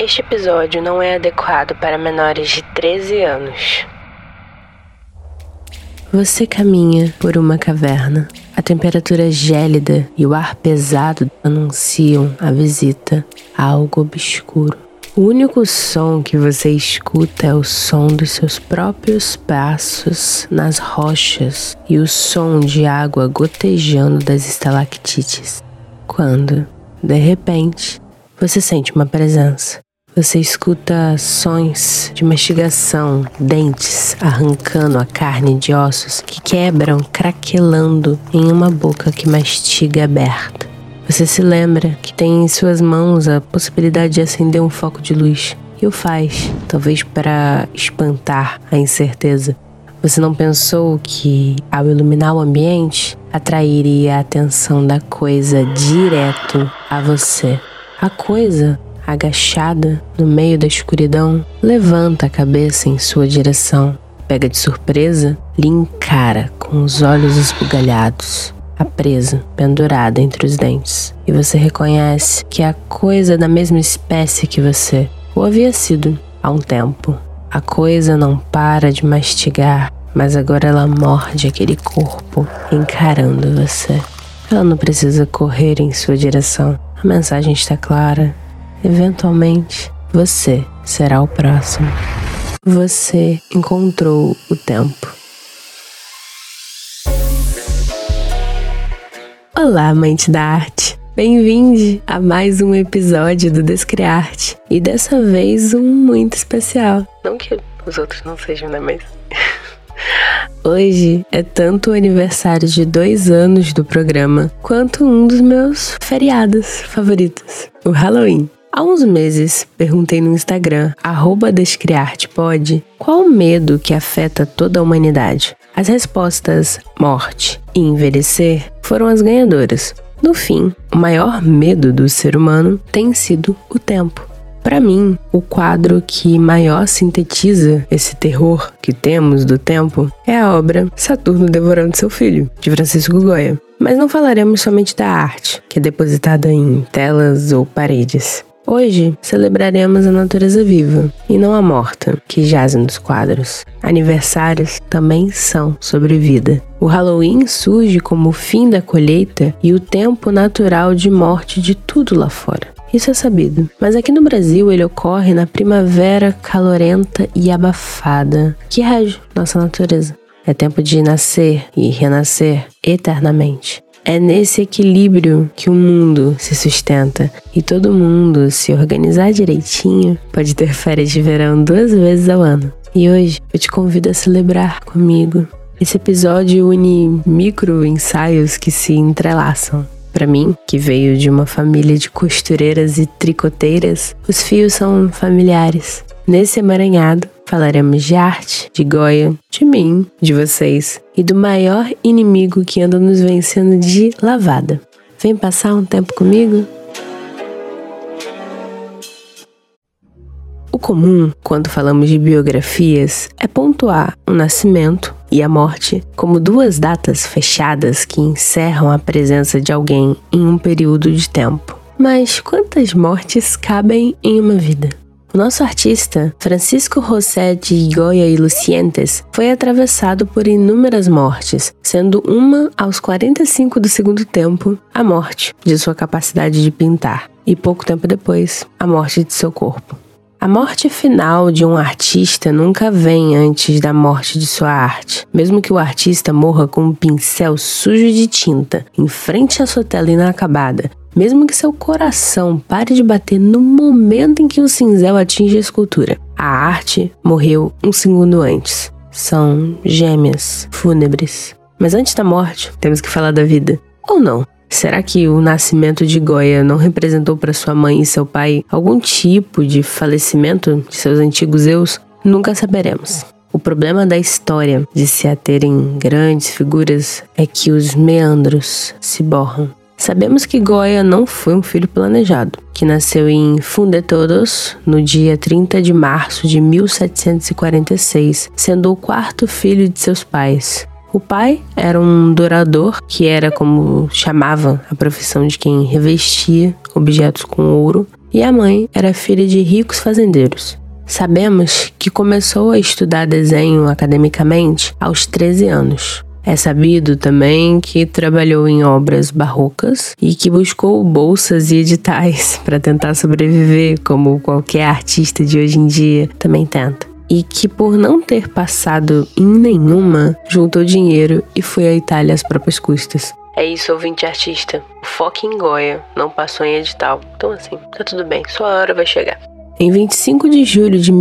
Este episódio não é adequado para menores de 13 anos. Você caminha por uma caverna. A temperatura gélida e o ar pesado anunciam a visita a algo obscuro. O único som que você escuta é o som dos seus próprios passos nas rochas e o som de água gotejando das estalactites. Quando, de repente, você sente uma presença. Você escuta sons de mastigação, dentes arrancando a carne de ossos que quebram craquelando em uma boca que mastiga aberta. Você se lembra que tem em suas mãos a possibilidade de acender um foco de luz e o faz, talvez para espantar a incerteza. Você não pensou que, ao iluminar o ambiente, atrairia a atenção da coisa direto a você. A coisa, agachada no meio da escuridão, levanta a cabeça em sua direção, pega de surpresa, lhe encara com os olhos esbugalhados, a presa pendurada entre os dentes. E você reconhece que é a coisa da mesma espécie que você, ou havia sido há um tempo. A coisa não para de mastigar, mas agora ela morde aquele corpo encarando você. Ela não precisa correr em sua direção. A mensagem está clara. Eventualmente, você será o próximo. Você encontrou o tempo. Olá, amante da arte! Bem-vindo a mais um episódio do Descriarte. E dessa vez um muito especial. Não que os outros não sejam, né? Mas... Hoje é tanto o aniversário de 2 anos do programa, quanto um dos meus feriados favoritos, o Halloween. Há uns meses, perguntei no Instagram, @descriartepod, qual o medo que afeta toda a humanidade. As respostas morte e envelhecer foram as ganhadoras. No fim, o maior medo do ser humano tem sido o tempo. Para mim, o quadro que maior sintetiza esse terror que temos do tempo é a obra Saturno Devorando Seu Filho, de Francisco Goya. Mas não falaremos somente da arte, que é depositada em telas ou paredes. Hoje, celebraremos a natureza viva, e não a morta, que jaz nos quadros. Aniversários também são sobre vida. O Halloween surge como o fim da colheita e o tempo natural de morte de tudo lá fora. Isso é sabido, mas aqui no Brasil ele ocorre na primavera calorenta e abafada, que rege nossa natureza. É tempo de nascer e renascer eternamente. É nesse equilíbrio que o mundo se sustenta e todo mundo, se organizar direitinho, pode ter férias de verão 2 vezes ao ano. E hoje eu te convido a celebrar comigo. Esse episódio une micro-ensaios que se entrelaçam. Para mim, que veio de uma família de costureiras e tricoteiras, os fios são familiares. Nesse emaranhado, falaremos de arte, de Goya, de mim, de vocês e do maior inimigo que anda nos vencendo de lavada. Vem passar um tempo comigo? O comum, quando falamos de biografias, é pontuar o nascimento e a morte como 2 datas fechadas que encerram a presença de alguém em um período de tempo. Mas quantas mortes cabem em uma vida? O nosso artista, Francisco José de Goya y Lucientes, foi atravessado por inúmeras mortes, sendo uma aos 45 do segundo tempo, a morte de sua capacidade de pintar, e pouco tempo depois, a morte de seu corpo. A morte final de um artista nunca vem antes da morte de sua arte. Mesmo que o artista morra com um pincel sujo de tinta em frente à sua tela inacabada, mesmo que seu coração pare de bater no momento em que o cinzel atinge a escultura, a arte morreu 1 segundo antes. São gêmeas fúnebres. Mas antes da morte, temos que falar da vida. Ou não? Será que o nascimento de Goya não representou para sua mãe e seu pai algum tipo de falecimento de seus antigos eus? Nunca saberemos. O problema da história de se aterem grandes figuras é que os meandros se borram. Sabemos que Goya não foi um filho planejado, que nasceu em Fundetodos no dia 30 de março de 1746, sendo o 4º filho de seus pais. O pai era um dourador, que era como chamava a profissão de quem revestia objetos com ouro, e a mãe era filha de ricos fazendeiros. Sabemos que começou a estudar desenho academicamente aos 13 anos. É sabido também que trabalhou em obras barrocas e que buscou bolsas e editais para tentar sobreviver, como qualquer artista de hoje em dia também tenta. E que, por não ter passado em nenhuma, juntou dinheiro e foi à Itália às próprias custas. É isso, ouvinte artista. O foco em Goya não passou em edital. Então assim, tá tudo bem, sua hora vai chegar. Em 25 de julho de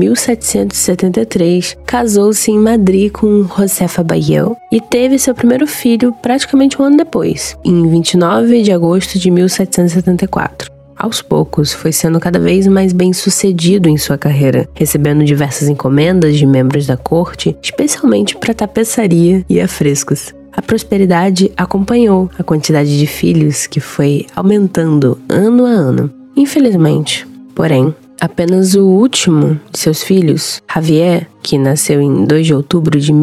1773, casou-se em Madrid com Josefa Bayeu e teve seu primeiro filho praticamente um ano depois, em 29 de agosto de 1774. Aos poucos, foi sendo cada vez mais bem-sucedido em sua carreira, recebendo diversas encomendas de membros da corte, especialmente para tapeçaria e afrescos. A prosperidade acompanhou a quantidade de filhos que foi aumentando ano a ano. Infelizmente, porém, apenas o último de seus filhos, Javier, que nasceu em 2 de outubro de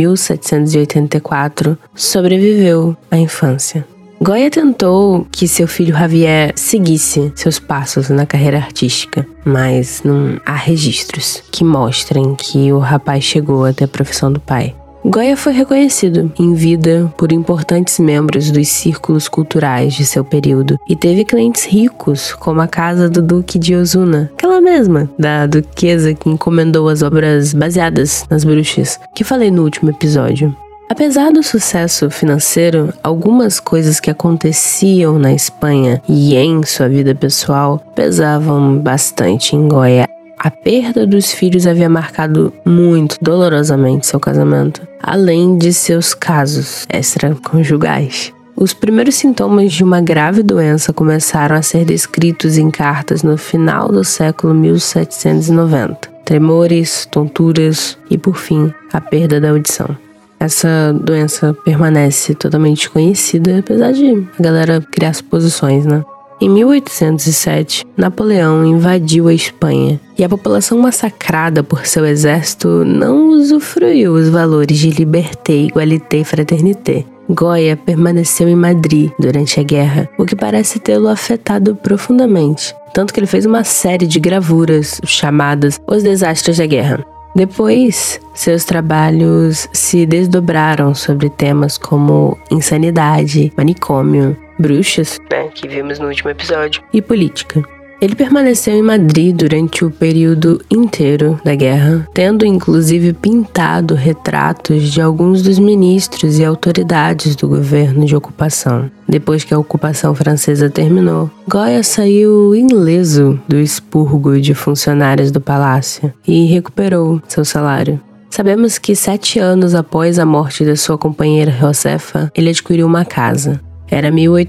1784, sobreviveu à infância. Goya tentou que seu filho Javier seguisse seus passos na carreira artística, mas não há registros que mostrem que o rapaz chegou até a profissão do pai. Goya foi reconhecido em vida por importantes membros dos círculos culturais de seu período e teve clientes ricos, como a casa do Duque de Osuna, aquela mesma da duquesa que encomendou as obras baseadas nas bruxas, que falei no último episódio. Apesar do sucesso financeiro, algumas coisas que aconteciam na Espanha e em sua vida pessoal pesavam bastante em Goya. A perda dos filhos havia marcado muito dolorosamente seu casamento, além de seus casos extraconjugais. Os primeiros sintomas de uma grave doença começaram a ser descritos em cartas no final do século 1790. Tremores, tonturas e, por fim, a perda da audição. Essa doença permanece totalmente conhecida, apesar de a galera criar suposições, né? Em 1807, Napoleão invadiu a Espanha e a população massacrada por seu exército não usufruiu os valores de liberté, igualité e fraternité. Goya permaneceu em Madrid durante a guerra, o que parece tê-lo afetado profundamente, tanto que ele fez uma série de gravuras chamadas Os Desastres da Guerra. Depois, seus trabalhos se desdobraram sobre temas como insanidade, manicômio, bruxas, que vimos no último episódio, e política. Ele permaneceu em Madrid durante o período inteiro da guerra, tendo inclusive pintado retratos de alguns dos ministros e autoridades do governo de ocupação. Depois que a ocupação francesa terminou, Goya saiu ileso do expurgo de funcionários do palácio e recuperou seu salário. Sabemos que 7 anos após a morte da sua companheira Josefa, ele adquiriu uma casa. Era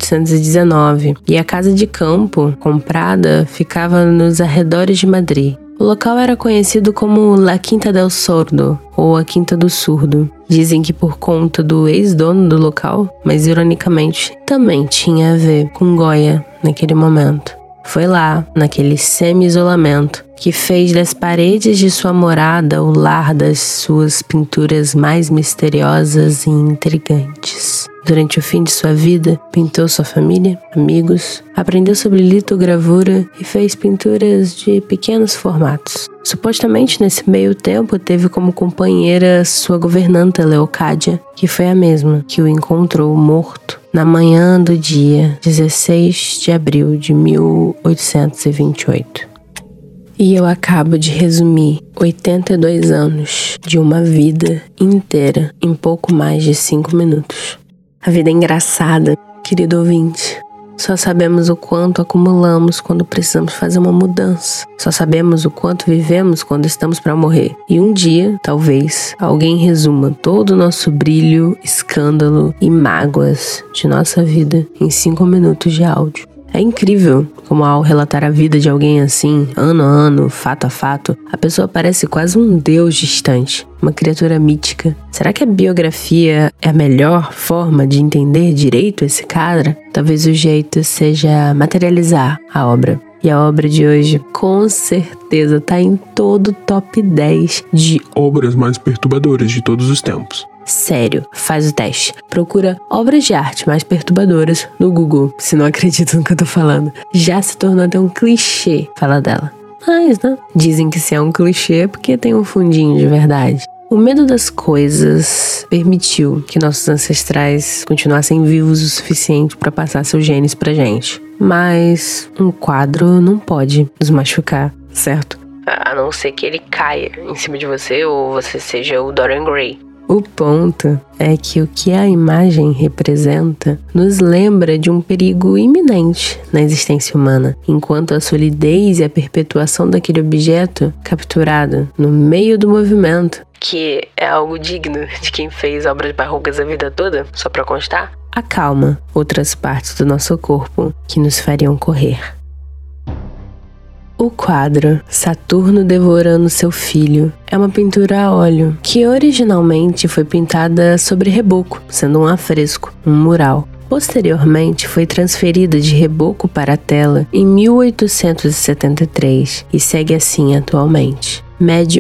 1819 e a casa de campo comprada ficava nos arredores de Madrid. O local era conhecido como La Quinta del Sordo, ou a Quinta do Surdo. Dizem que por conta do ex-dono do local, mas ironicamente também tinha a ver com Goya naquele momento. Foi lá, naquele semi-isolamento, que fez das paredes de sua morada o lar das suas pinturas mais misteriosas e intrigantes. Durante o fim de sua vida, pintou sua família, amigos, aprendeu sobre litogravura e fez pinturas de pequenos formatos. Supostamente, nesse meio tempo, teve como companheira sua governanta Leocádia, que foi a mesma que o encontrou morto na manhã do dia 16 de abril de 1828. E eu acabo de resumir 82 anos de uma vida inteira em pouco mais de 5 minutos. A vida é engraçada, querido ouvinte. Só sabemos o quanto acumulamos quando precisamos fazer uma mudança. Só sabemos o quanto vivemos quando estamos para morrer. E um dia, talvez, alguém resuma todo o nosso brilho, escândalo e mágoas de nossa vida em 5 minutos de áudio. É incrível como, ao relatar a vida de alguém assim, ano a ano, fato a fato, a pessoa parece quase um deus distante, uma criatura mítica. Será que a biografia é a melhor forma de entender direito esse cara? Talvez o jeito seja materializar a obra. E a obra de hoje, com certeza, tá em todo o top 10 de obras mais perturbadoras de todos os tempos. Sério, faz o teste. Procura obras de arte mais perturbadoras no Google, se não acredita no que eu tô falando. Já se tornou até um clichê falar dela. Mas, né? Dizem que se é um clichê é porque tem um fundinho de verdade. O medo das coisas permitiu que nossos ancestrais continuassem vivos o suficiente para passar seus genes pra gente. Mas um quadro não pode nos machucar, certo? A não ser que ele caia em cima de você ou você seja o Dorian Gray. O ponto é que o que a imagem representa nos lembra de um perigo iminente na existência humana, enquanto a solidez e a perpetuação daquele objeto capturado no meio do movimento, que é algo digno de quem fez obras barrocas a vida toda, só pra constar, acalma outras partes do nosso corpo que nos fariam correr. O quadro Saturno Devorando Seu Filho é uma pintura a óleo que originalmente foi pintada sobre reboco, sendo um afresco, um mural. Posteriormente foi transferida de reboco para a tela em 1873 e segue assim atualmente. Mede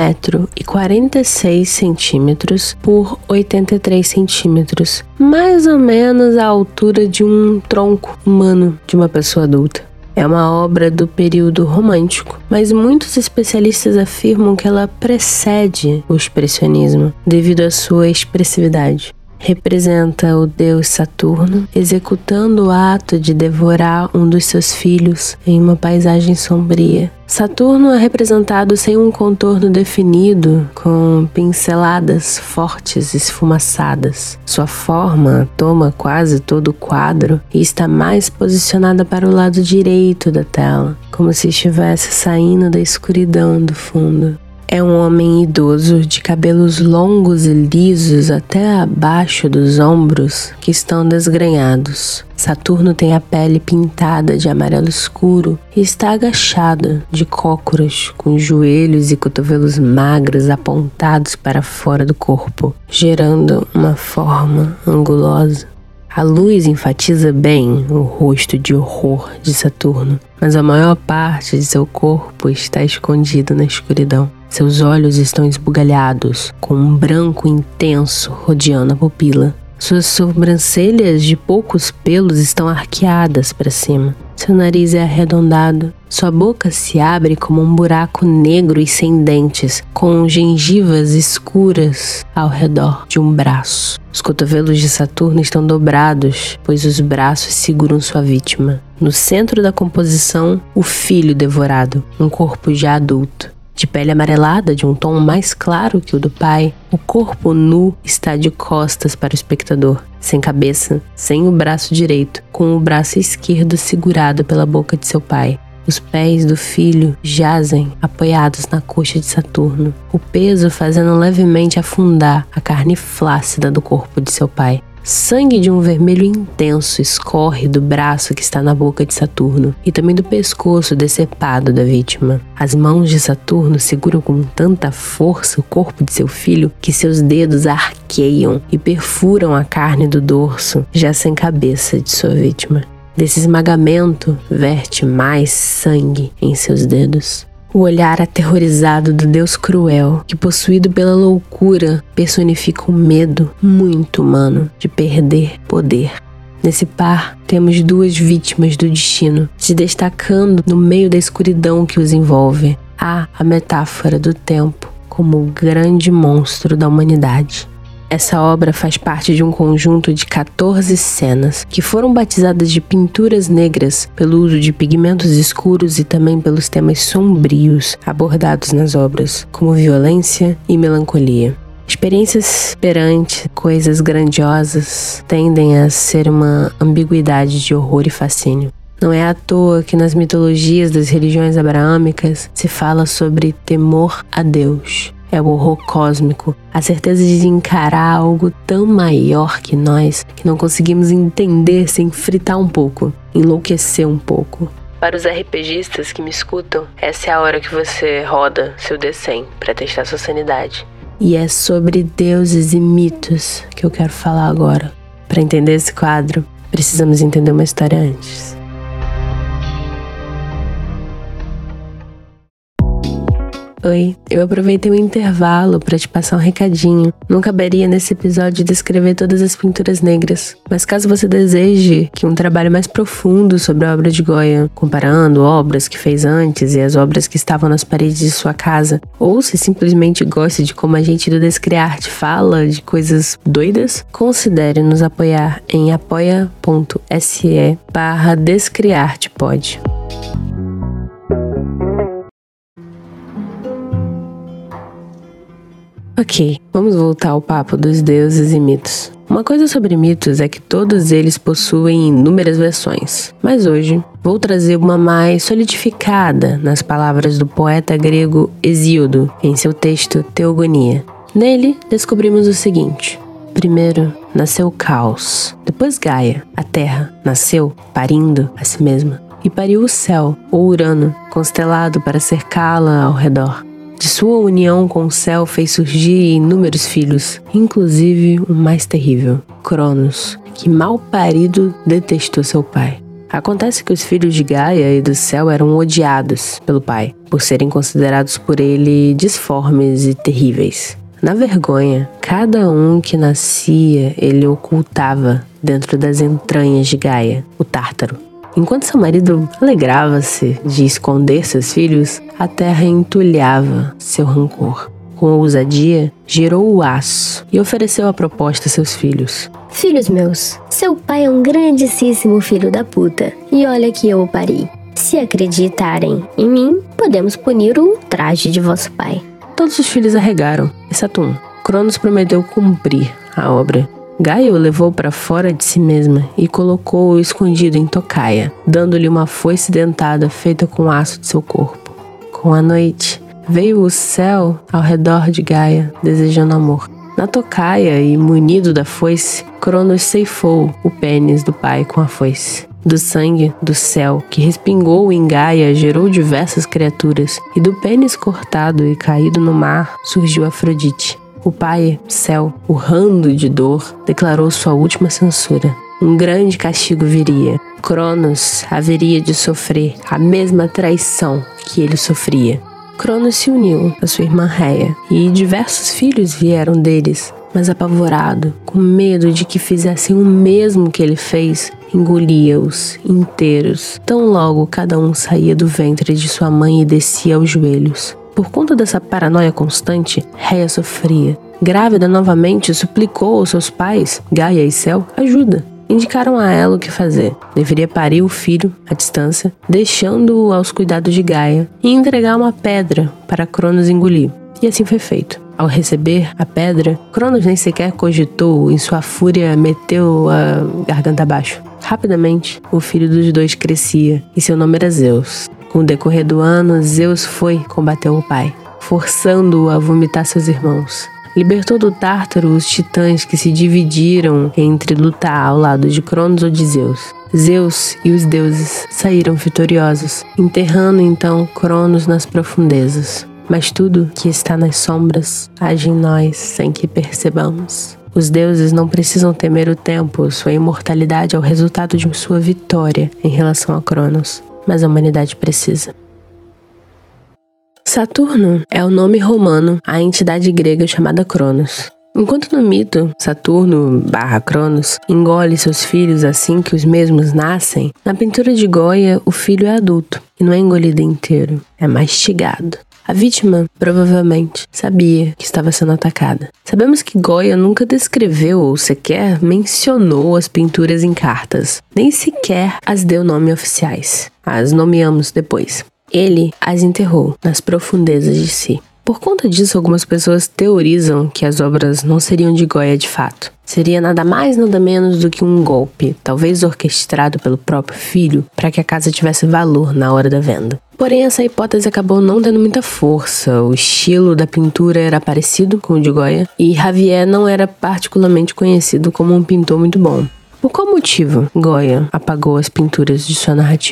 1,46 m por 83 centímetros, mais ou menos a altura de um tronco humano de uma pessoa adulta. É uma obra do período romântico, mas muitos especialistas afirmam que ela precede o expressionismo devido à sua expressividade. Representa o deus Saturno executando o ato de devorar um dos seus filhos em uma paisagem sombria. Saturno é representado sem um contorno definido, com pinceladas fortes esfumaçadas. Sua forma toma quase todo o quadro e está mais posicionada para o lado direito da tela, como se estivesse saindo da escuridão do fundo. É um homem idoso de cabelos longos e lisos até abaixo dos ombros que estão desgrenhados. Saturno tem a pele pintada de amarelo escuro e está agachado, de cócoras, com joelhos e cotovelos magros apontados para fora do corpo, gerando uma forma angulosa. A luz enfatiza bem o rosto de horror de Saturno, mas a maior parte de seu corpo está escondido na escuridão. Seus olhos estão esbugalhados, com um branco intenso rodeando a pupila. Suas sobrancelhas de poucos pelos estão arqueadas para cima. Seu nariz é arredondado. Sua boca se abre como um buraco negro e sem dentes, com gengivas escuras ao redor de um braço. Os cotovelos de Saturno estão dobrados, pois os braços seguram sua vítima. No centro da composição, o filho devorado, um corpo já adulto. De pele amarelada, de um tom mais claro que o do pai, o corpo nu está de costas para o espectador, sem cabeça, sem o braço direito, com o braço esquerdo segurado pela boca de seu pai. Os pés do filho jazem apoiados na coxa de Saturno, o peso fazendo levemente afundar a carne flácida do corpo de seu pai. Sangue de um vermelho intenso escorre do braço que está na boca de Saturno e também do pescoço decepado da vítima. As mãos de Saturno seguram com tanta força o corpo de seu filho que seus dedos arqueiam e perfuram a carne do dorso, já sem cabeça de sua vítima. Desse esmagamento, verte mais sangue em seus dedos. O olhar aterrorizado do Deus cruel, que possuído pela loucura, personifica um medo muito humano de perder poder. Nesse par, temos duas vítimas do destino, se destacando no meio da escuridão que os envolve. Há a metáfora do tempo como o grande monstro da humanidade. Essa obra faz parte de um conjunto de 14 cenas que foram batizadas de pinturas negras pelo uso de pigmentos escuros e também pelos temas sombrios abordados nas obras, como violência e melancolia. Experiências perante coisas grandiosas tendem a ser uma ambiguidade de horror e fascínio. Não é à toa que nas mitologias das religiões abraâmicas se fala sobre temor a Deus. É o horror cósmico, a certeza de encarar algo tão maior que nós que não conseguimos entender sem fritar um pouco, enlouquecer um pouco. Para os RPGistas que me escutam, essa é a hora que você roda seu D100 para testar sua sanidade. E é sobre deuses e mitos que eu quero falar agora. Para entender esse quadro, precisamos entender uma história antes. Oi, eu aproveitei o intervalo para te passar um recadinho. Não caberia nesse episódio descrever todas as pinturas negras, mas caso você deseje que um trabalho mais profundo sobre a obra de Goya, comparando obras que fez antes e as obras que estavam nas paredes de sua casa, ou se simplesmente goste de como a gente do Descriarte fala de coisas doidas, considere nos apoiar em apoia.se/descriartepod. Ok, vamos voltar ao papo dos deuses e mitos. Uma coisa sobre mitos é que todos eles possuem inúmeras versões, mas hoje vou trazer uma mais solidificada nas palavras do poeta grego Hesíodo em seu texto Teogonia. Nele, descobrimos o seguinte: primeiro nasceu o caos, depois Gaia, a terra, nasceu parindo a si mesma, e pariu o céu, ou Urano, constelado para cercá-la ao redor. De sua união com o céu fez surgir inúmeros filhos, inclusive o mais terrível, Cronos, que mal parido detestou seu pai. Acontece que os filhos de Gaia e do céu eram odiados pelo pai, por serem considerados por ele disformes e terríveis. Na vergonha, cada um que nascia ele ocultava dentro das entranhas de Gaia, o Tártaro. Enquanto seu marido alegrava-se de esconder seus filhos, a terra entulhava seu rancor. Com ousadia, girou o aço e ofereceu a proposta a seus filhos. Filhos meus, seu pai é um grandíssimo filho da puta, e olha que eu o pari. Se acreditarem em mim, podemos punir o ultraje de vosso pai. Todos os filhos arregaram, exceto um. Cronos prometeu cumprir a obra. Gaia o levou para fora de si mesma e colocou-o escondido em tocaia, dando-lhe uma foice dentada feita com aço de seu corpo. Com a noite, veio o céu ao redor de Gaia, desejando amor. Na tocaia e munido da foice, Cronos ceifou o pênis do pai com a foice. Do sangue do céu que respingou em Gaia gerou diversas criaturas, e do pênis cortado e caído no mar surgiu Afrodite. O pai, céu, urrando de dor, declarou sua última censura. Um grande castigo viria. Cronos haveria de sofrer a mesma traição que ele sofria. Cronos se uniu a sua irmã Reia, e diversos filhos vieram deles, mas apavorado, com medo de que fizessem o mesmo que ele fez, engolia-os inteiros. Tão logo cada um saía do ventre de sua mãe e descia aos joelhos. Por conta dessa paranoia constante, Reia sofria. Grávida novamente, suplicou aos seus pais, Gaia e Céu, ajuda. Indicaram a ela o que fazer. Deveria parir o filho à distância, deixando-o aos cuidados de Gaia, e entregar uma pedra para Cronos engolir. E assim foi feito. Ao receber a pedra, Cronos nem sequer cogitou, em sua fúria meteu a garganta abaixo. Rapidamente, o filho dos dois crescia, e seu nome era Zeus. Com o decorrer do ano, Zeus foi combater o pai, forçando-o a vomitar seus irmãos. Libertou do Tártaro os titãs que se dividiram entre lutar ao lado de Cronos ou de Zeus. Zeus e os deuses saíram vitoriosos, enterrando então Cronos nas profundezas. Mas tudo que está nas sombras age em nós sem que percebamos. Os deuses não precisam temer o tempo, sua imortalidade é o resultado de sua vitória em relação a Cronos. Mas a humanidade precisa. Saturno é o nome romano à entidade grega chamada Cronos. Enquanto no mito, Saturno/Cronos engole seus filhos assim que os mesmos nascem, na pintura de Goya o filho é adulto e não é engolido inteiro, é mastigado. A vítima, provavelmente, sabia que estava sendo atacada. Sabemos que Goya nunca descreveu ou sequer mencionou as pinturas em cartas, nem sequer as deu nome oficiais. As nomeamos depois. Ele as enterrou nas profundezas de si. Por conta disso, algumas pessoas teorizam que as obras não seriam de Goya de fato. Seria nada mais nada menos do que um golpe, talvez orquestrado pelo próprio filho, para que a casa tivesse valor na hora da venda. Porém, essa hipótese acabou não tendo muita força. O estilo da pintura era parecido com o de Goya, e Javier não era particularmente conhecido como um pintor muito bom. Por qual motivo Goya apagou as pinturas de sua narrativa?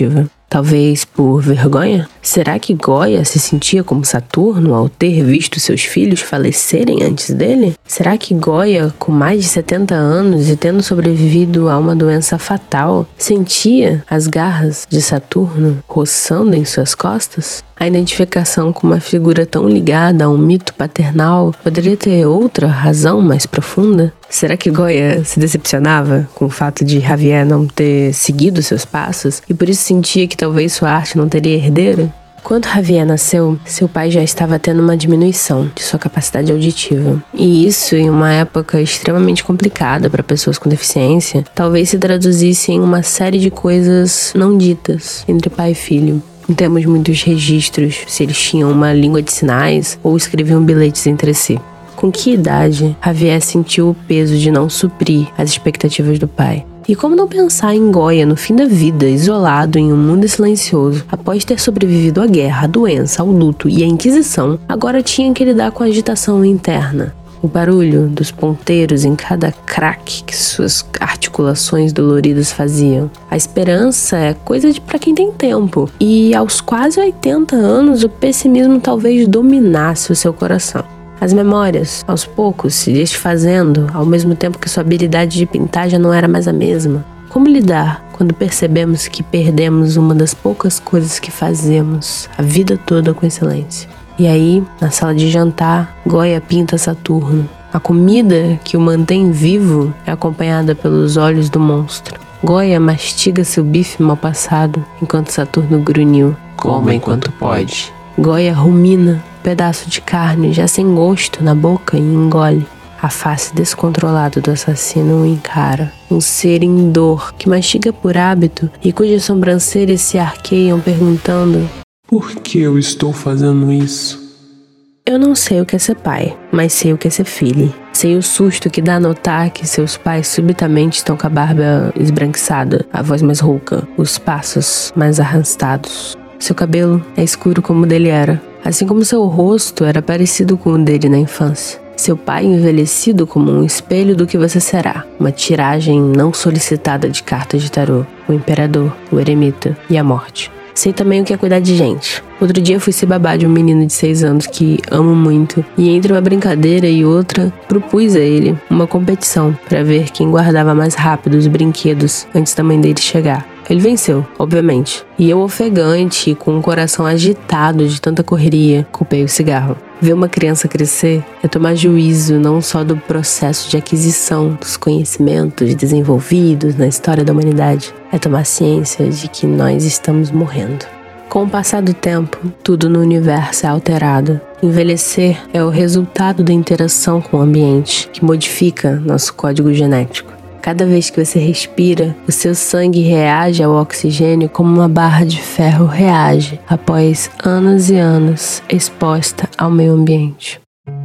Talvez por vergonha? Será que Goya se sentia como Saturno ao ter visto seus filhos falecerem antes dele? Será que Goya, com mais de 70 anos e tendo sobrevivido a uma doença fatal, sentia as garras de Saturno roçando em suas costas? A identificação com uma figura tão ligada a um mito paternal poderia ter outra razão mais profunda? Será que Goya se decepcionava com o fato de Javier não ter seguido seus passos e por isso sentia que talvez sua arte não teria herdeiro? Quando Javier nasceu, seu pai já estava tendo uma diminuição de sua capacidade auditiva. E isso, em uma época extremamente complicada para pessoas com deficiência, talvez se traduzisse em uma série de coisas não ditas entre pai e filho. Não temos muitos registros se eles tinham uma língua de sinais ou escreviam bilhetes entre si. Com que idade Javier sentiu o peso de não suprir as expectativas do pai? E como não pensar em Goya no fim da vida, isolado em um mundo silencioso, após ter sobrevivido à guerra, à doença, ao luto e à Inquisição, agora tinha que lidar com a agitação interna. O barulho dos ponteiros em cada craque que suas articulações doloridas faziam. A esperança é coisa para quem tem tempo. E aos quase 80 anos, o pessimismo talvez dominasse o seu coração. As memórias, aos poucos, se desfazendo, ao mesmo tempo que sua habilidade de pintar já não era mais a mesma. Como lidar quando percebemos que perdemos uma das poucas coisas que fazemos a vida toda com excelência? E aí, na sala de jantar, Goya pinta Saturno. A comida que o mantém vivo é acompanhada pelos olhos do monstro. Goya mastiga seu bife mal passado, enquanto Saturno grunhiu. Coma enquanto pode. Goya rumina um pedaço de carne já sem gosto na boca e engole. A face descontrolada do assassino o encara. Um ser em dor que mastiga por hábito e cujas sobrancelhas se arqueiam perguntando: por que eu estou fazendo isso? Eu não sei o que é ser pai, mas sei o que é ser filho. Sei o susto que dá a notar que seus pais subitamente estão com a barba esbranquiçada, a voz mais rouca, os passos mais arrastados. Seu cabelo é escuro como o dele era, assim como seu rosto era parecido com o dele na infância. Seu pai envelhecido como um espelho do que você será, uma tiragem não solicitada de cartas de tarô, o imperador, o eremita e a morte. Sei também o que é cuidar de gente. Outro dia fui ser babá de um menino de 6 anos que amo muito, e entre uma brincadeira e outra, propus a ele uma competição para ver quem guardava mais rápido os brinquedos antes da mãe dele chegar. Ele venceu, obviamente, e eu, ofegante, com o coração agitado de tanta correria, culpei o cigarro. Ver uma criança crescer é tomar juízo não só do processo de aquisição dos conhecimentos desenvolvidos na história da humanidade, é tomar ciência de que nós estamos morrendo. Com o passar do tempo, tudo no universo é alterado. Envelhecer é o resultado da interação com o ambiente, que modifica nosso código genético. Cada vez que você respira, o seu sangue reage ao oxigênio como uma barra de ferro reage após anos e anos exposta ao meio ambiente.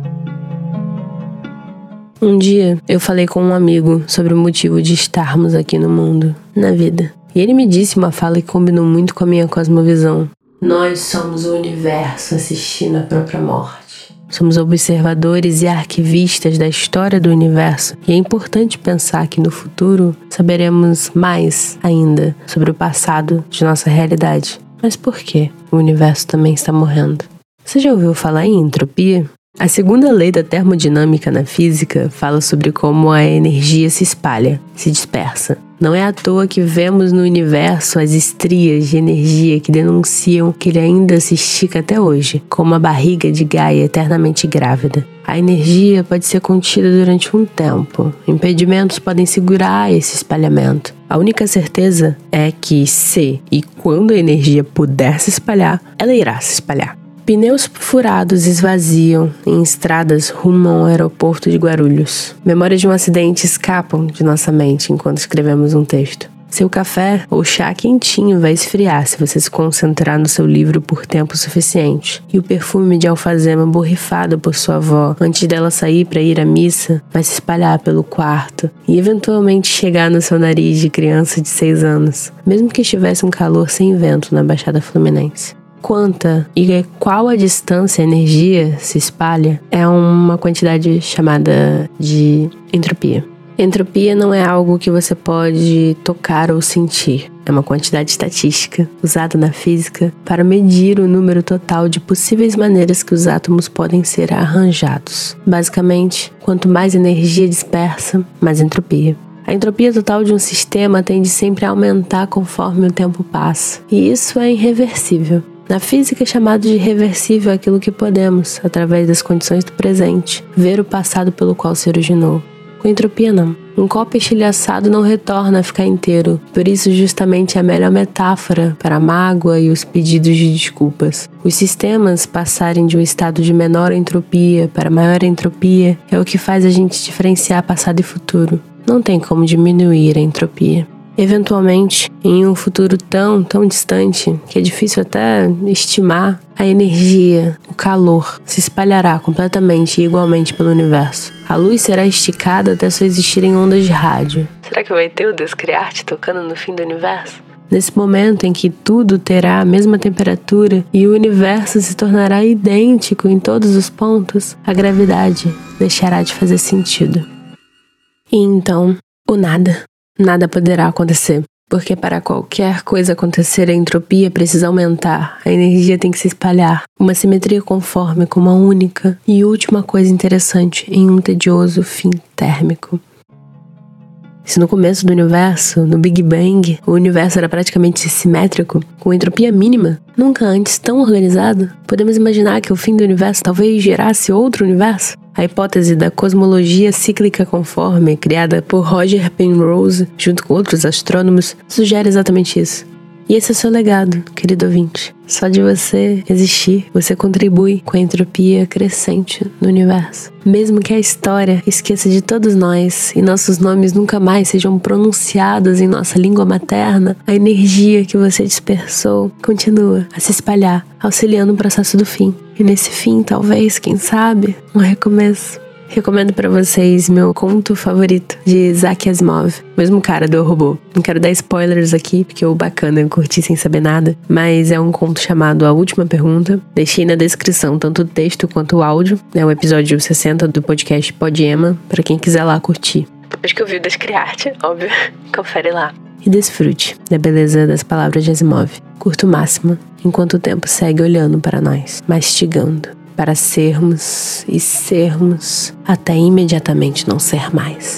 Um dia, eu falei com um amigo sobre o motivo de estarmos aqui no mundo, na vida. E ele me disse uma fala que combinou muito com a minha cosmovisão. Nós somos o universo assistindo a própria morte. Somos observadores e arquivistas da história do universo, e é importante pensar que no futuro saberemos mais ainda sobre o passado de nossa realidade. Mas por que o universo também está morrendo? Você já ouviu falar em entropia? A segunda lei da termodinâmica na física fala sobre como a energia se espalha, se dispersa. Não é à toa que vemos no universo as estrias de energia que denunciam que ele ainda se estica até hoje, como a barriga de Gaia eternamente grávida. A energia pode ser contida durante um tempo. Impedimentos podem segurar esse espalhamento. A única certeza é que se e quando a energia puder se espalhar, ela irá se espalhar. Pneus furados esvaziam em estradas rumo ao aeroporto de Guarulhos. Memórias de um acidente escapam de nossa mente enquanto escrevemos um texto. Seu café ou chá quentinho vai esfriar se você se concentrar no seu livro por tempo suficiente. E o perfume de alfazema borrifado por sua avó antes dela sair para ir à missa vai se espalhar pelo quarto e eventualmente chegar no seu nariz de criança de 6 anos, mesmo que estivesse um calor sem vento na Baixada Fluminense. Quanta e qual a distância a energia se espalha é uma quantidade chamada de entropia. Entropia não é algo que você pode tocar ou sentir. É uma quantidade estatística usada na física para medir o número total de possíveis maneiras que os átomos podem ser arranjados. Basicamente, quanto mais energia dispersa, mais entropia. A entropia total de um sistema tende sempre a aumentar conforme o tempo passa, e isso é irreversível. Na física é chamado de reversível aquilo que podemos, através das condições do presente, ver o passado pelo qual se originou. Com entropia não. Um copo estilhaçado não retorna a ficar inteiro, por isso justamente é a melhor metáfora para a mágoa e os pedidos de desculpas. Os sistemas passarem de um estado de menor entropia para maior entropia é o que faz a gente diferenciar passado e futuro. Não tem como diminuir a entropia. Eventualmente, em um futuro tão distante que é difícil até estimar, a energia, o calor, se espalhará completamente e igualmente pelo universo. A luz será esticada até só existirem ondas de rádio. Será que vai ter o Descriarte tocando no fim do universo? Nesse momento em que tudo terá a mesma temperatura e o universo se tornará idêntico em todos os pontos, a gravidade deixará de fazer sentido. E então, o nada. Nada poderá acontecer, porque para qualquer coisa acontecer, a entropia precisa aumentar, a energia tem que se espalhar, uma simetria conforme com uma única e última coisa interessante em um tedioso fim térmico. Se no começo do universo, no Big Bang, o universo era praticamente simétrico, com entropia mínima, nunca antes tão organizado, podemos imaginar que o fim do universo talvez gerasse outro universo? A hipótese da cosmologia cíclica conforme, criada por Roger Penrose, junto com outros astrônomos, sugere exatamente isso. E esse é o seu legado, querido ouvinte. Só de você existir, você contribui com a entropia crescente no universo. Mesmo que a história esqueça de todos nós e nossos nomes nunca mais sejam pronunciados em nossa língua materna, a energia que você dispersou continua a se espalhar, auxiliando o processo do fim. E nesse fim, talvez, quem sabe, um recomeço. Recomendo pra vocês meu conto favorito de Isaac Asimov, mesmo cara do Eu, Robô. Não quero dar spoilers aqui, porque o bacana eu curti sem saber nada, mas é um conto chamado A Última Pergunta. Deixei na descrição tanto o texto quanto o áudio, é o episódio 60 do podcast Podiema, pra quem quiser lá curtir. Depois que eu vi o Descriarte, óbvio, confere lá. E desfrute da beleza das palavras de Asimov. Curta o máximo, enquanto o tempo segue olhando para nós, mastigando. Para sermos e sermos até imediatamente não ser mais.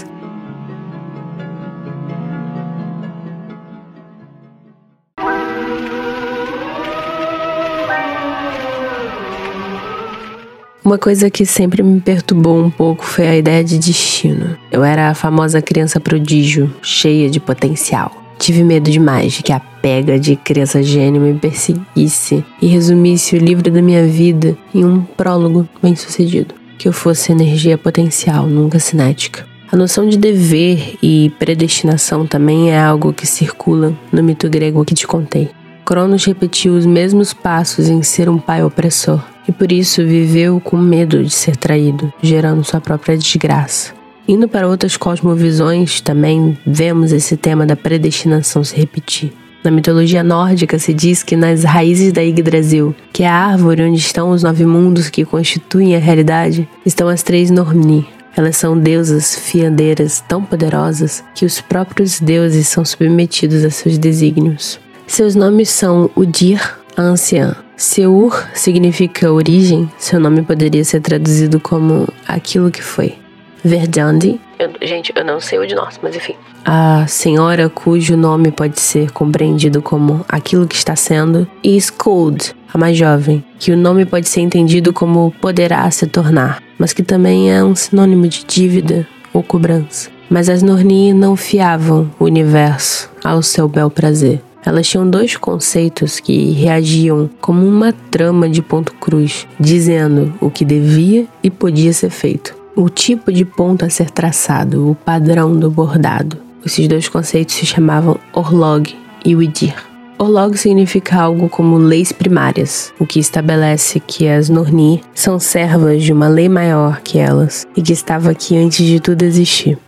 Uma coisa que sempre me perturbou um pouco foi a ideia de destino. Eu era a famosa criança prodígio, cheia de potencial. Tive medo demais de que a pega de criança gênio me perseguisse e resumisse o livro da minha vida em um prólogo bem-sucedido. Que eu fosse energia potencial, nunca cinética. A noção de dever e predestinação também é algo que circula no mito grego que te contei. Cronos repetiu os mesmos passos em ser um pai opressor e por isso viveu com medo de ser traído, gerando sua própria desgraça. Indo para outras cosmovisões, também vemos esse tema da predestinação se repetir. Na mitologia nórdica se diz que nas raízes da Yggdrasil, que é a árvore onde estão os 9 mundos que constituem a realidade, estão as 3 Norni. Elas são deusas fiandeiras tão poderosas que os próprios deuses são submetidos a seus desígnios. Seus nomes são Udir, a anciã. Se Ur significa origem, seu nome poderia ser traduzido como aquilo que foi. Verdandi, eu não sei o de nós, mas enfim. A senhora cujo nome pode ser compreendido como aquilo que está sendo. E Skuld, a mais jovem, que o nome pode ser entendido como poderá se tornar, mas que também é um sinônimo de dívida ou cobrança. Mas as Norni não fiavam o universo ao seu bel prazer. Elas tinham 2 conceitos que reagiam como uma trama de ponto cruz, dizendo o que devia e podia ser feito. O tipo de ponto a ser traçado, o padrão do bordado. Esses 2 conceitos se chamavam Orlog e Udir. Orlog significa algo como leis primárias, o que estabelece que as Norni são servas de uma lei maior que elas e que estava aqui antes de tudo existir.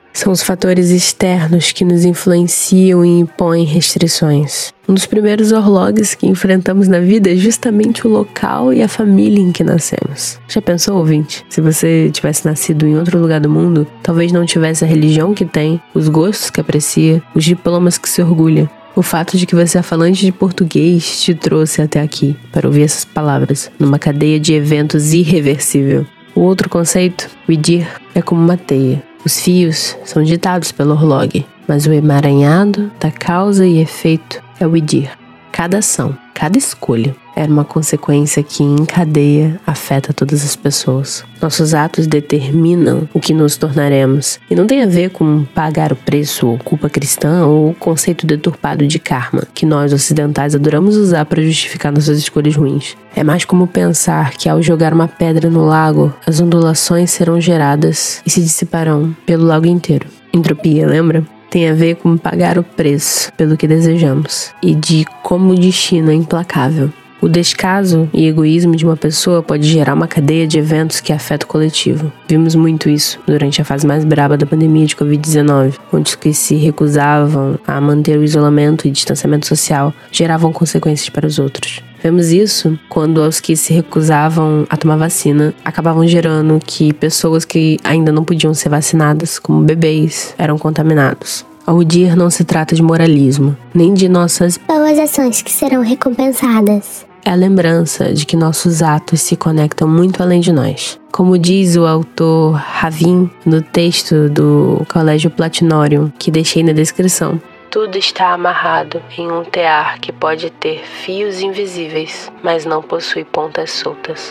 São os fatores externos que nos influenciam e impõem restrições. Um dos primeiros orlogs que enfrentamos na vida é justamente o local e a família em que nascemos. Já pensou, ouvinte? Se você tivesse nascido em outro lugar do mundo, talvez não tivesse a religião que tem, os gostos que aprecia, os diplomas que se orgulha. O fato de que você é falante de português te trouxe até aqui para ouvir essas palavras, numa cadeia de eventos irreversível. O outro conceito, o idir, é como uma teia. Os fios são ditados pelo orlog, mas o emaranhado da causa e efeito é o idir. Cada ação, cada escolha era uma consequência que em cadeia afeta todas as pessoas. Nossos atos determinam o que nos tornaremos e não tem a ver com pagar o preço ou culpa cristã ou o conceito deturpado de karma que nós ocidentais adoramos usar para justificar nossas escolhas ruins. É mais como pensar que ao jogar uma pedra no lago, as ondulações serão geradas e se dissiparão pelo lago inteiro. Entropia, lembra? Tem a ver com pagar o preço pelo que desejamos e de como o destino é implacável. O descaso e egoísmo de uma pessoa pode gerar uma cadeia de eventos que afeta o coletivo. Vimos muito isso durante a fase mais braba da pandemia de Covid-19, onde os que se recusavam a manter o isolamento e distanciamento social geravam consequências para os outros. Vemos isso quando os que se recusavam a tomar vacina acabavam gerando que pessoas que ainda não podiam ser vacinadas, como bebês, eram contaminados. Ao idir não se trata de moralismo, nem de nossas boas ações que serão recompensadas. É a lembrança de que nossos atos se conectam muito além de nós. Como diz o autor Ravin no texto do Colégio Platinorium, que deixei na descrição, tudo está amarrado em um tear que pode ter fios invisíveis, mas não possui pontas soltas.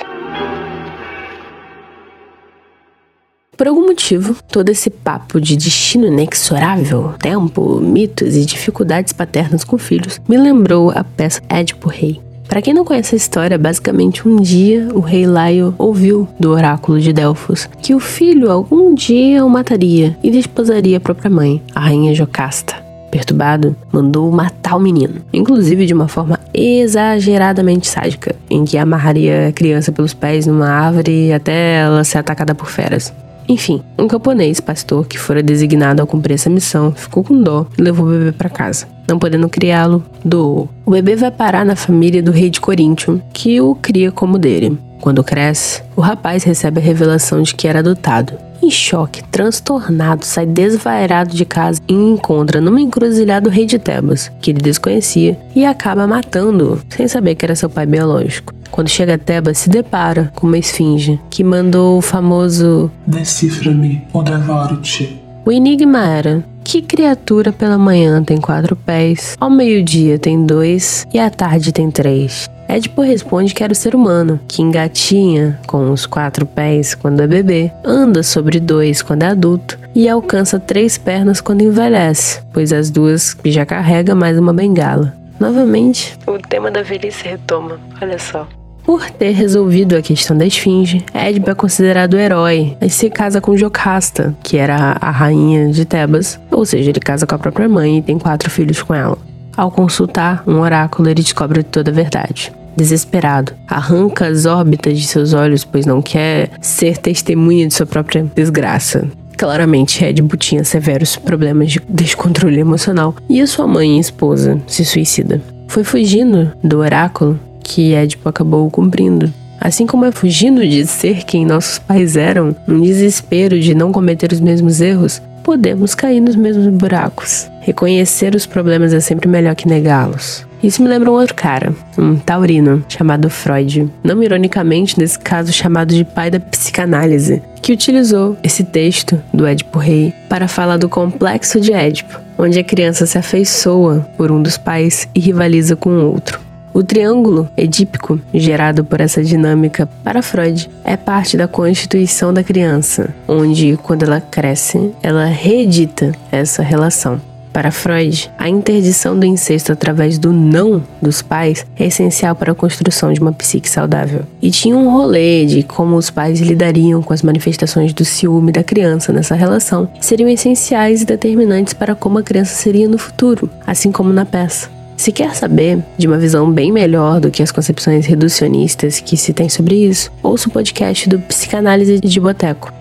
Por algum motivo, todo esse papo de destino inexorável, tempo, mitos e dificuldades paternas com filhos me lembrou a peça Édipo Rei. Para quem não conhece a história, basicamente um dia o rei Laio ouviu do oráculo de Delfos que o filho algum dia o mataria e desposaria a própria mãe, a rainha Jocasta. Perturbado, mandou matar o menino, inclusive de uma forma exageradamente sádica, em que amarraria a criança pelos pés numa árvore até ela ser atacada por feras. Enfim, um camponês pastor que fora designado a cumprir essa missão ficou com dó e levou o bebê para casa. Não podendo criá-lo, doou. O bebê vai parar na família do rei de Coríntio, que o cria como dele. Quando cresce, o rapaz recebe a revelação de que era adotado. Em choque, transtornado, sai desvairado de casa e encontra numa encruzilhada o rei de Tebas, que ele desconhecia, e acaba matando-o, sem saber que era seu pai biológico. Quando chega a Tebas, se depara com uma esfinge, que mandou o famoso "Decifra-me ou devoro-te". O enigma era: que criatura pela manhã tem 4 pés, ao meio-dia tem 2 e à tarde tem 3? Édipo responde que era o ser humano, que engatinha com os 4 pés quando é bebê, anda sobre 2 quando é adulto e alcança 3 pernas quando envelhece, pois as 2 já carrega mais uma bengala. Novamente, o tema da velhice retoma, olha só. Por ter resolvido a questão da esfinge, Édipo é considerado o herói e se casa com Jocasta, que era a rainha de Tebas, ou seja, ele casa com a própria mãe e tem 4 filhos com ela. Ao consultar um oráculo, ele descobre toda a verdade. Desesperado, arranca as órbitas de seus olhos, pois não quer ser testemunha de sua própria desgraça. Claramente, Édipo tinha severos problemas de descontrole emocional e a sua mãe e esposa se suicida. Foi fugindo do oráculo que Édipo acabou cumprindo. Assim como é fugindo de ser quem nossos pais eram, no desespero de não cometer os mesmos erros, podemos cair nos mesmos buracos. Reconhecer os problemas é sempre melhor que negá-los. Isso me lembra um outro cara, um taurino, chamado Freud, não ironicamente nesse caso chamado de pai da psicanálise, que utilizou esse texto do Édipo Rei para falar do complexo de Édipo, onde a criança se afeiçoa por um dos pais e rivaliza com o outro. O triângulo edípico, gerado por essa dinâmica para Freud, é parte da constituição da criança, onde, quando ela cresce, ela reedita essa relação. Para Freud, a interdição do incesto através do não dos pais é essencial para a construção de uma psique saudável. E tinha um rolê de como os pais lidariam com as manifestações do ciúme da criança nessa relação, seriam essenciais e determinantes para como a criança seria no futuro, assim como na peça. Se quer saber de uma visão bem melhor do que as concepções reducionistas que se tem sobre isso, ouça o podcast do Psicanálise de Boteco.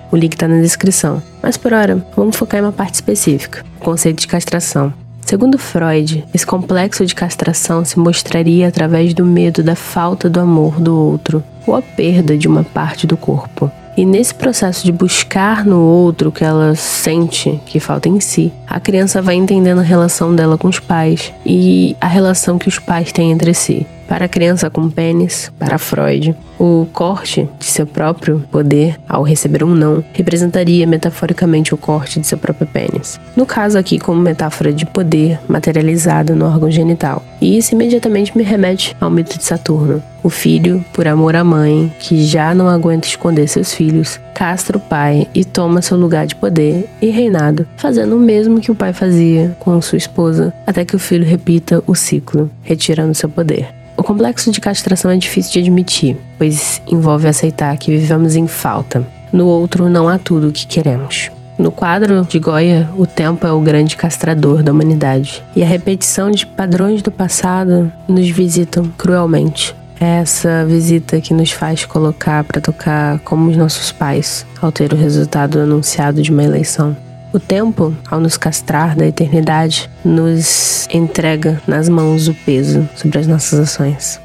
O link tá na descrição. Mas por hora, vamos focar em uma parte específica, o conceito de castração. Segundo Freud, esse complexo de castração se mostraria através do medo da falta do amor do outro ou a perda de uma parte do corpo. E nesse processo de buscar no outro o que ela sente que falta em si, a criança vai entendendo a relação dela com os pais e a relação que os pais têm entre si. Para a criança com pênis, para Freud, o corte de seu próprio poder, ao receber um não, representaria metaforicamente o corte de seu próprio pênis. No caso aqui, como metáfora de poder materializado no órgão genital. E isso imediatamente me remete ao mito de Saturno. O filho, por amor à mãe, que já não aguenta esconder seus filhos, castra o pai e toma seu lugar de poder e reinado, fazendo o mesmo que o pai fazia com sua esposa, até que o filho repita o ciclo, retirando seu poder. O complexo de castração é difícil de admitir, pois envolve aceitar que vivemos em falta. No outro não há tudo o que queremos. No quadro de Goya, o tempo é o grande castrador da humanidade, e a repetição de padrões do passado nos visitam cruelmente. É essa visita que nos faz colocar para tocar como os nossos pais, ao ter o resultado anunciado de uma eleição. O tempo, ao nos castrar da eternidade, nos entrega nas mãos o peso sobre as nossas ações.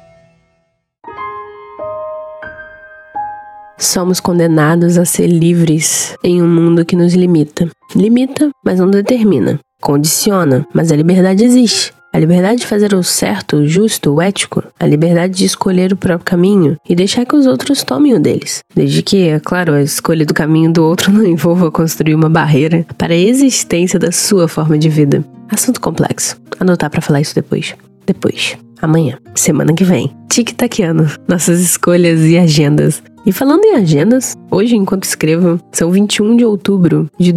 Somos condenados a ser livres em um mundo que nos limita. Limita, mas não determina. Condiciona, mas a liberdade existe. A liberdade de fazer o certo, o justo, o ético. A liberdade de escolher o próprio caminho e deixar que os outros tomem o deles. Desde que, é claro, a escolha do caminho do outro não envolva construir uma barreira para a existência da sua forma de vida. Assunto complexo. Anotar para falar isso depois. Amanhã. Semana que vem. Tic-taquiano. Nossas escolhas e agendas. E falando em agendas, hoje, enquanto escrevo, são 21 de outubro de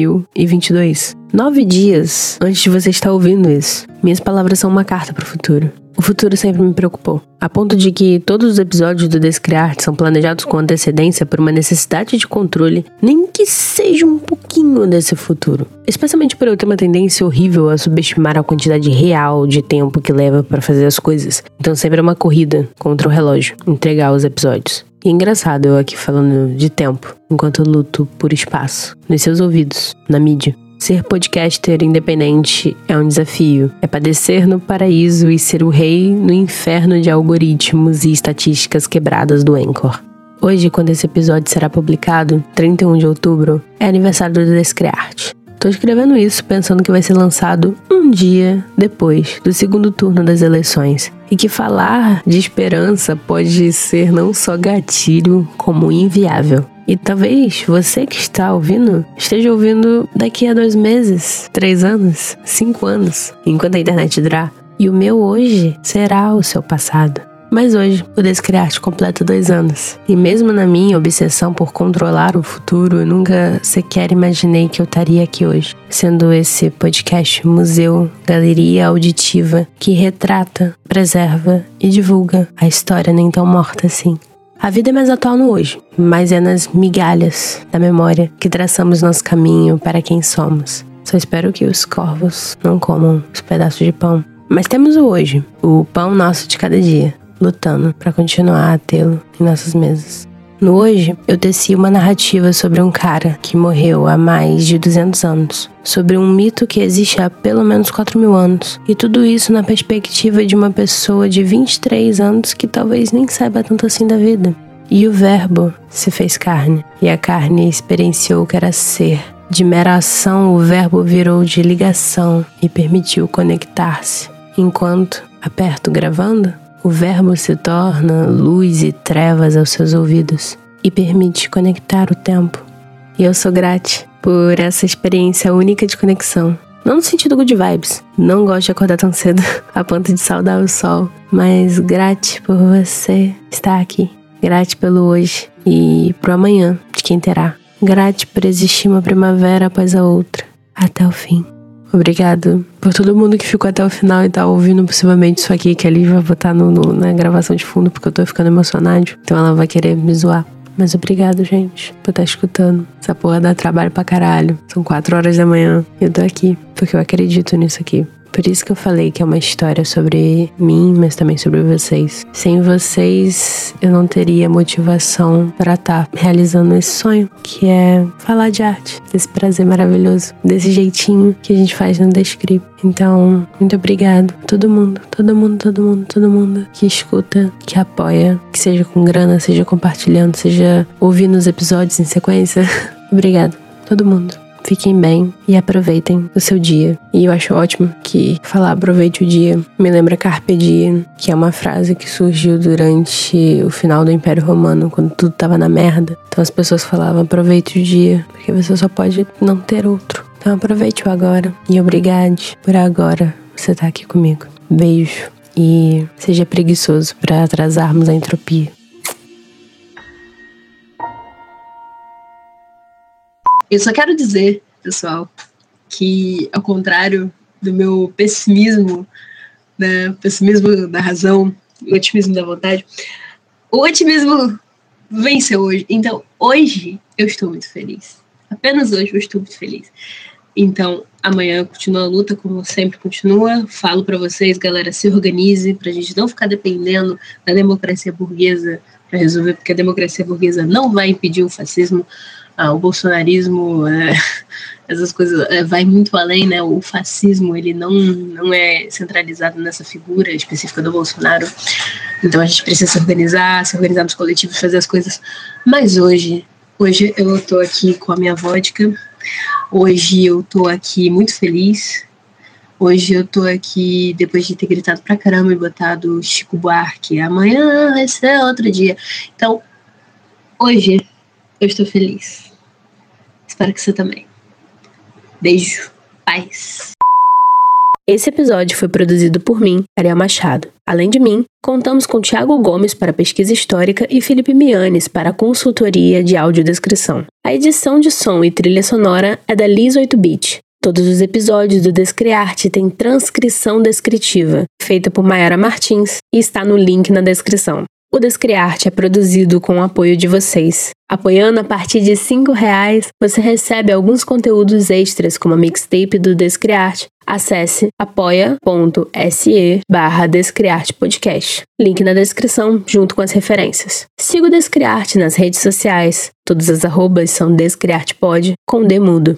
2022. 9 dias antes de você estar ouvindo isso. Minhas palavras são uma carta para o futuro. O futuro sempre me preocupou, a ponto de que todos os episódios do Descriarte são planejados com antecedência por uma necessidade de controle, nem que seja um pouquinho desse futuro. Especialmente por eu ter uma tendência horrível a subestimar a quantidade real de tempo que leva para fazer as coisas. Então sempre é uma corrida contra o relógio, entregar os episódios. E é engraçado eu aqui falando de tempo, enquanto eu luto por espaço, nos seus ouvidos, na mídia. Ser podcaster independente é um desafio. É padecer no paraíso e ser o rei no inferno de algoritmos e estatísticas quebradas do Anchor. Hoje, quando esse episódio será publicado, 31 de outubro, é aniversário do Descriarte. Tô escrevendo isso pensando que vai ser lançado um dia depois do segundo turno das eleições. E que falar de esperança pode ser não só gatilho, como inviável. E talvez você que está ouvindo, esteja ouvindo daqui a 2 meses, 3 anos, 5 anos, enquanto a internet durar. E o meu hoje será o seu passado. Mas hoje, o Descriarte completa 2 anos. E mesmo na minha obsessão por controlar o futuro, eu nunca sequer imaginei que eu estaria aqui hoje. Sendo esse podcast museu, galeria auditiva, que retrata, preserva e divulga a história nem tão morta assim. A vida é mais atual no hoje, mas é nas migalhas da memória que traçamos nosso caminho para quem somos. Só espero que os corvos não comam os pedaços de pão. Mas temos o hoje, o pão nosso de cada dia, lutando para continuar a tê-lo em nossas mesas. No hoje, eu teci uma narrativa sobre um cara que morreu há mais de 200 anos, sobre um mito que existe há pelo menos 4.000 anos, e tudo isso na perspectiva de uma pessoa de 23 anos que talvez nem saiba tanto assim da vida. E o verbo se fez carne, e a carne experienciou o que era ser. De mera ação, o verbo virou de ligação e permitiu conectar-se. Enquanto, aperto gravando, o verbo se torna luz e trevas aos seus ouvidos e permite conectar o tempo. E eu sou grata por essa experiência única de conexão. Não no sentido good vibes, não gosto de acordar tão cedo a ponto de saudar o sol, mas grata por você estar aqui. Grata pelo hoje e pro amanhã de quem terá. Grata por existir uma primavera após a outra, até o fim. Obrigado por todo mundo que ficou até o final e tá ouvindo possivelmente isso aqui, que a Liv vai botar na gravação de fundo, porque eu tô ficando emocionado. Então ela vai querer me zoar. Mas obrigado, gente, por estar escutando. Essa porra dá trabalho pra caralho. São 4 horas da manhã e eu tô aqui porque eu acredito nisso aqui. Por isso que eu falei que é uma história sobre mim, mas também sobre vocês. Sem vocês, eu não teria motivação para estar realizando esse sonho, que é falar de arte, desse prazer maravilhoso, desse jeitinho que a gente faz no Descri. Então, muito obrigado. Todo mundo que escuta, que apoia, que seja com grana, seja compartilhando, seja ouvindo os episódios em sequência. Obrigado, todo mundo. Fiquem bem e aproveitem o seu dia. E eu acho ótimo que falar aproveite o dia me lembra Carpe Diem, que é uma frase que surgiu durante o final do Império Romano, quando tudo tava na merda. Então as pessoas falavam aproveite o dia, porque você só pode não ter outro. Então aproveite o agora e obrigado por agora você estar aqui comigo. Beijo e seja preguiçoso para atrasarmos a entropia. Eu só quero dizer, pessoal, que ao contrário do meu pessimismo, né, pessimismo da razão, o otimismo da vontade, o otimismo venceu hoje. Então, hoje eu estou muito feliz. Apenas hoje eu estou muito feliz. Então, amanhã continua a luta, como sempre continua. Falo para vocês, galera, se organize pra gente não ficar dependendo da democracia burguesa para resolver, porque a democracia burguesa não vai impedir o fascismo. O bolsonarismo, essas coisas, vai muito além, né? O fascismo, ele não é centralizado nessa figura específica do Bolsonaro. Então a gente precisa se organizar nos coletivos, fazer as coisas. Mas hoje eu tô aqui com a minha vodka. Hoje eu tô aqui muito feliz. Hoje eu tô aqui depois de ter gritado pra caramba e botado Chico Buarque. Amanhã vai ser outro dia. Então, hoje eu estou feliz. Espero que você também. Beijo. Paz. Esse episódio foi produzido por mim, Ariel Machado. Além de mim, contamos com Thiago Gomes para pesquisa histórica e Felipe Mianes para consultoria de audiodescrição. A edição de som e trilha sonora é da Liz 8-Bit. Todos os episódios do Descriarte têm transcrição descritiva, feita por Mayara Martins, e está no link na descrição. O Descriarte é produzido com o apoio de vocês. Apoiando a partir de R$5, você recebe alguns conteúdos extras, como a mixtape do Descriarte. Acesse apoia.se/DescriartePodcast. Link na descrição, junto com as referências. Siga o Descriarte nas redes sociais. Todas as arrobas são DescriartePod, com D mudo.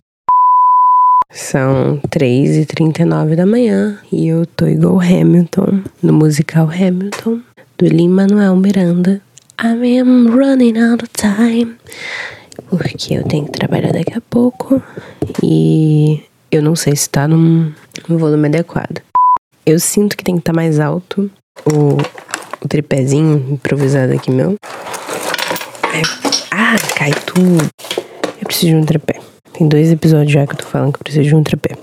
São 3h39 da manhã e eu tô igual Hamilton, no musical Hamilton, do Lin-Manuel Miranda. I am running out of time. Porque eu tenho que trabalhar daqui a pouco e eu não sei se tá num volume adequado. Eu sinto que tem que estar mais alto o tripézinho improvisado aqui meu. Cai tudo. Eu preciso de um tripé. Tem 2 episódios já que eu tô falando que eu preciso de um tripé.